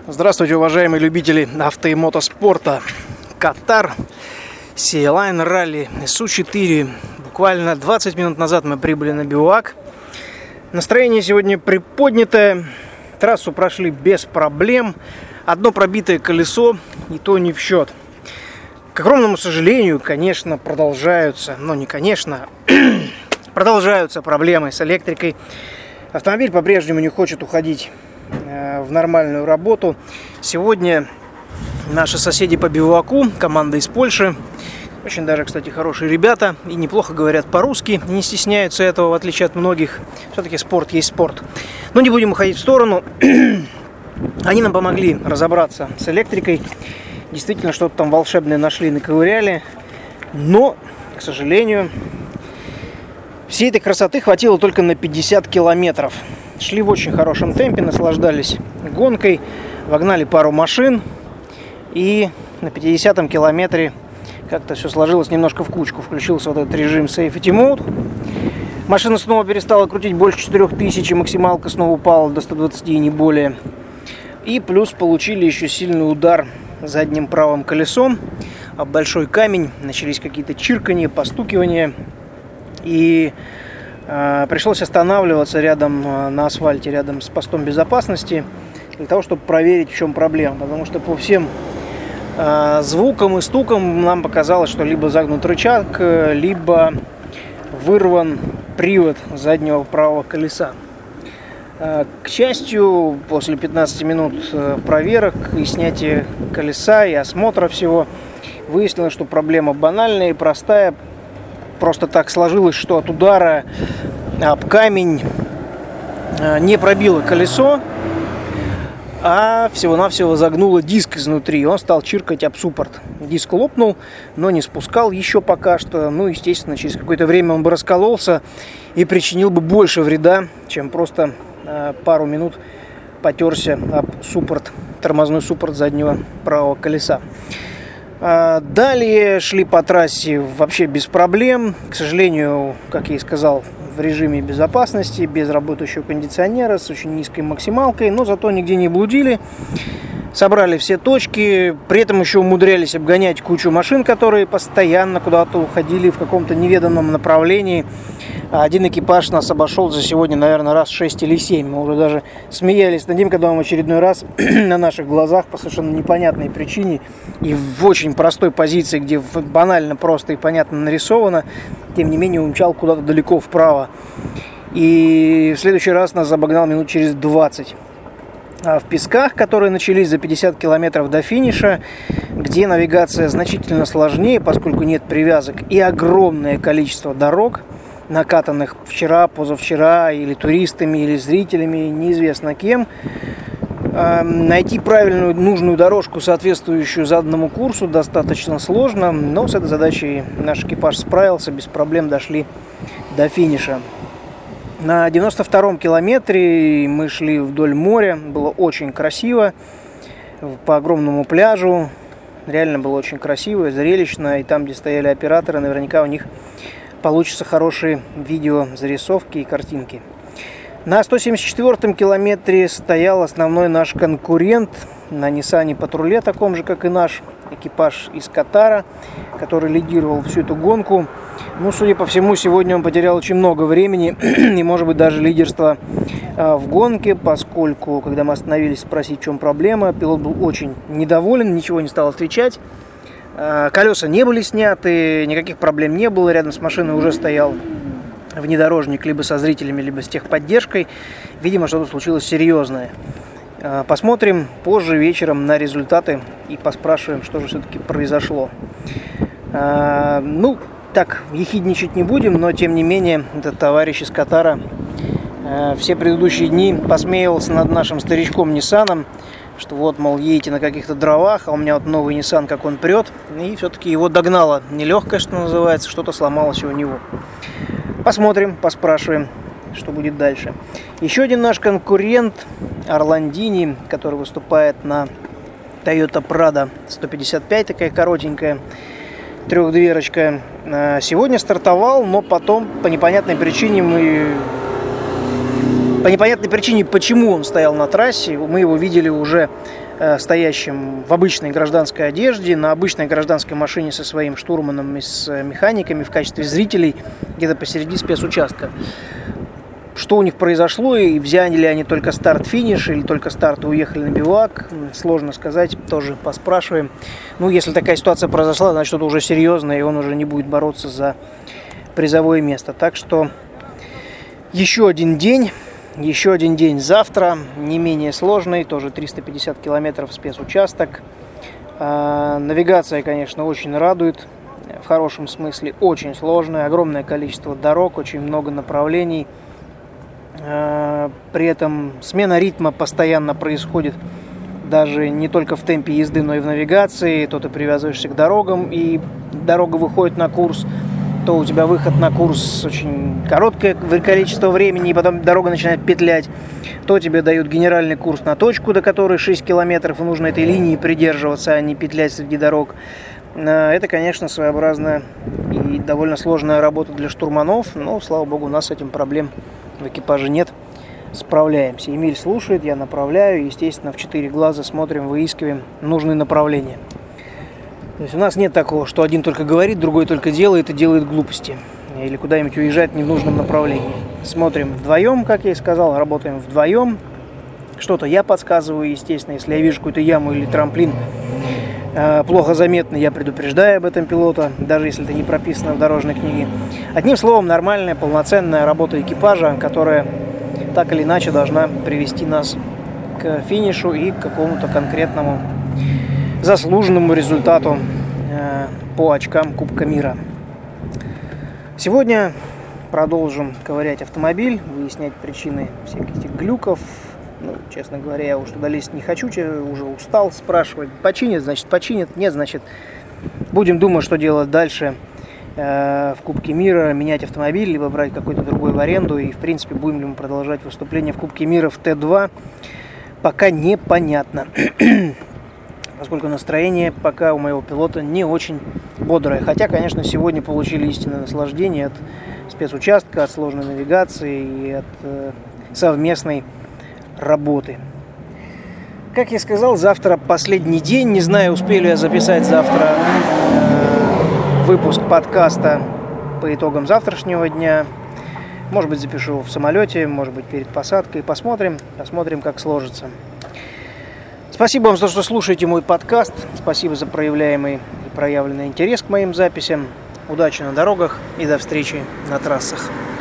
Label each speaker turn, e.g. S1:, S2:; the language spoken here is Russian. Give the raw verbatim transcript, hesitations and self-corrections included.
S1: Здравствуйте, уважаемые любители авто и мотоспорта. Катар, Си-Лайн Ралли, эс ю четыре. Буквально двадцать минут назад мы прибыли на бивуак. Настроение сегодня приподнятое. Трассу прошли без проблем. Одно пробитое колесо, и то не в счет. К огромному сожалению, конечно, продолжаются, но не конечно, продолжаются проблемы с электрикой. Автомобиль по-прежнему не хочет уходить в нормальную работу. Сегодня наши соседи по бивуаку, команда из Польши, очень даже, кстати, хорошие ребята и неплохо говорят по-русски, не стесняются этого, в отличие от многих. Все-таки спорт есть спорт. Но не будем уходить в сторону. Они нам помогли разобраться с электрикой. Действительно, что-то там волшебное нашли, наковыряли. Но, к сожалению, всей этой красоты хватило только на пятьдесят километров. Шли в очень хорошем темпе, наслаждались гонкой, вогнали пару машин. И на пятидесятом километре как-то все сложилось немножко в кучку. Включился вот этот режим Safety Mode. Машина снова перестала крутить больше четырёх тысяч, и максималка снова упала до ста двадцати, не более. И плюс получили еще сильный удар задним правым колесом об большой камень. Начались какие-то чирканья, постукивания. И э, пришлось останавливаться рядом э, на асфальте, рядом с постом безопасности, для того, чтобы проверить, в чем проблема. Потому что по всем э, звукам и стукам нам показалось, что либо загнут рычаг, э, либо вырван привод заднего правого колеса. Э, к счастью, после пятнадцати минут э, проверок и снятия колеса и осмотра всего, выяснилось, что проблема банальная и простая. Просто так сложилось, что от удара об камень не пробило колесо, а всего-навсего загнуло диск изнутри. Он стал чиркать об суппорт. Диск лопнул, но не спускал еще пока что. Ну, естественно, через какое-то время он бы раскололся и причинил бы больше вреда, чем просто пару минут потерся об суппорт, тормозной суппорт заднего правого колеса. Далее шли по трассе вообще без проблем. К сожалению, как я и сказал, в режиме безопасности, без работающего кондиционера, с очень низкой максималкой, но зато нигде не блудили. Собрали все точки, при этом еще умудрялись обгонять кучу машин, которые постоянно куда-то уходили в каком-то неведанном направлении. Один экипаж нас обошел за сегодня, наверное, раз шесть или семь. Мы уже даже смеялись над ним, когда он в очередной раз на наших глазах по совершенно непонятной причине и в очень простой позиции, где банально просто и понятно нарисовано, тем не менее умчал куда-то далеко вправо. И в следующий раз нас обогнал минут через двадцать. В песках, которые начались за пятьдесят километров до финиша, где навигация значительно сложнее, поскольку нет привязок, и огромное количество дорог, накатанных вчера, позавчера, или туристами, или зрителями, неизвестно кем. Найти правильную, нужную дорожку, соответствующую заданному курсу, достаточно сложно, но с этой задачей наш экипаж справился, без проблем дошли до финиша. На девяносто втором километре мы шли вдоль моря, было очень красиво, по огромному пляжу, реально было очень красиво, зрелищно, и там, где стояли операторы, наверняка у них получатся хорошие видео, зарисовки и картинки. На сто семьдесят четвёртом километре стоял основной наш конкурент на Nissan Patrol, таком же, как и наш экипаж из Катара, который лидировал всю эту гонку. Ну, судя по всему, сегодня он потерял очень много времени и, может быть, даже лидерство э, в гонке, поскольку, когда мы остановились спросить, в чем проблема, пилот был очень недоволен, ничего не стал отвечать. Э, колеса не были сняты, никаких проблем не было, рядом с машиной уже стоял внедорожник либо со зрителями, либо с техподдержкой. Видимо, что-то случилось серьезное. Э, посмотрим позже вечером на результаты и поспрашиваем, что же все-таки произошло. Э, ну, Так, ехидничать не будем, но тем не менее, этот товарищ из Катара э, все предыдущие дни посмеивался над нашим старичком Ниссаном, что вот, мол, едете на каких-то дровах, а у меня вот новый Nissan, как он прет, и все-таки его догнало нелегкое, что называется, что-то сломалось у него. Посмотрим, поспрашиваем, что будет дальше. Еще один наш конкурент, Орландини, который выступает на Toyota Prado сто пятьдесят пять, такая коротенькая, трехдверочка, сегодня стартовал, но потом по непонятной причине мы... По непонятной причине, почему он стоял на трассе, мы его видели уже стоящим в обычной гражданской одежде, на обычной гражданской машине со своим штурманом и с механиками в качестве зрителей где-то посреди спецучастка. Что у них произошло, и взяли ли они только старт-финиш, или только старт и уехали на бивак, сложно сказать, тоже поспрашиваем. Ну, если такая ситуация произошла, значит, что-то уже серьезное, и он уже не будет бороться за призовое место. Так что еще один день, еще один день завтра, не менее сложный, тоже триста пятьдесят километров спецучасток. А, навигация, конечно, очень радует, в хорошем смысле, очень сложная, огромное количество дорог, очень много направлений. При этом смена ритма постоянно происходит даже не только в темпе езды, но и в навигации. То ты привязываешься к дорогам, и дорога выходит на курс, то у тебя выход на курс очень короткое количество времени, и потом дорога начинает петлять. То тебе дают генеральный курс на точку, до которой шесть километров, и нужно этой линии придерживаться, а не петлять среди дорог. Это, конечно, своеобразная и довольно сложная работа для штурманов, но, слава богу, у нас с этим проблем в экипаже нет, справляемся. Эмиль слушает, я направляю, естественно, в четыре глаза смотрим, выискиваем нужные направления. То есть у нас нет такого, что один только говорит, другой только делает и делает глупости. Или куда-нибудь уезжает в ненужном направлении. Смотрим вдвоем, как я и сказал, работаем вдвоем. Что-то я подсказываю, естественно, если я вижу какую-то яму или трамплин плохо заметно, я предупреждаю об этом пилота, даже если это не прописано в дорожной книге. Одним словом, нормальная, полноценная работа экипажа, которая так или иначе должна привести нас к финишу и к какому-то конкретному заслуженному результату э, по очкам Кубка мира. Сегодня продолжим ковырять автомобиль, выяснять причины всех этих глюков. Ну, честно говоря, я уж туда лезть не хочу, уже устал спрашивать. Починят, значит, починят. Нет, значит, будем думать, что делать дальше э, в Кубке мира. Менять автомобиль, либо брать какой-то другой в аренду. И, в принципе, будем ли мы продолжать выступление в Кубке мира в Т два, пока непонятно. Поскольку настроение пока у моего пилота не очень бодрое. Хотя, конечно, сегодня получили истинное наслаждение от спецучастка, от сложной навигации и от э, совместной работы. Как я сказал, завтра последний день. Не знаю, успею ли я записать завтра э, выпуск подкаста по итогам завтрашнего дня. Может быть, запишу в самолете, может быть, перед посадкой. Посмотрим, посмотрим, как сложится. Спасибо вам за то, что слушаете мой подкаст. Спасибо за проявляемый и проявленный интерес к моим записям. Удачи на дорогах и до встречи на трассах.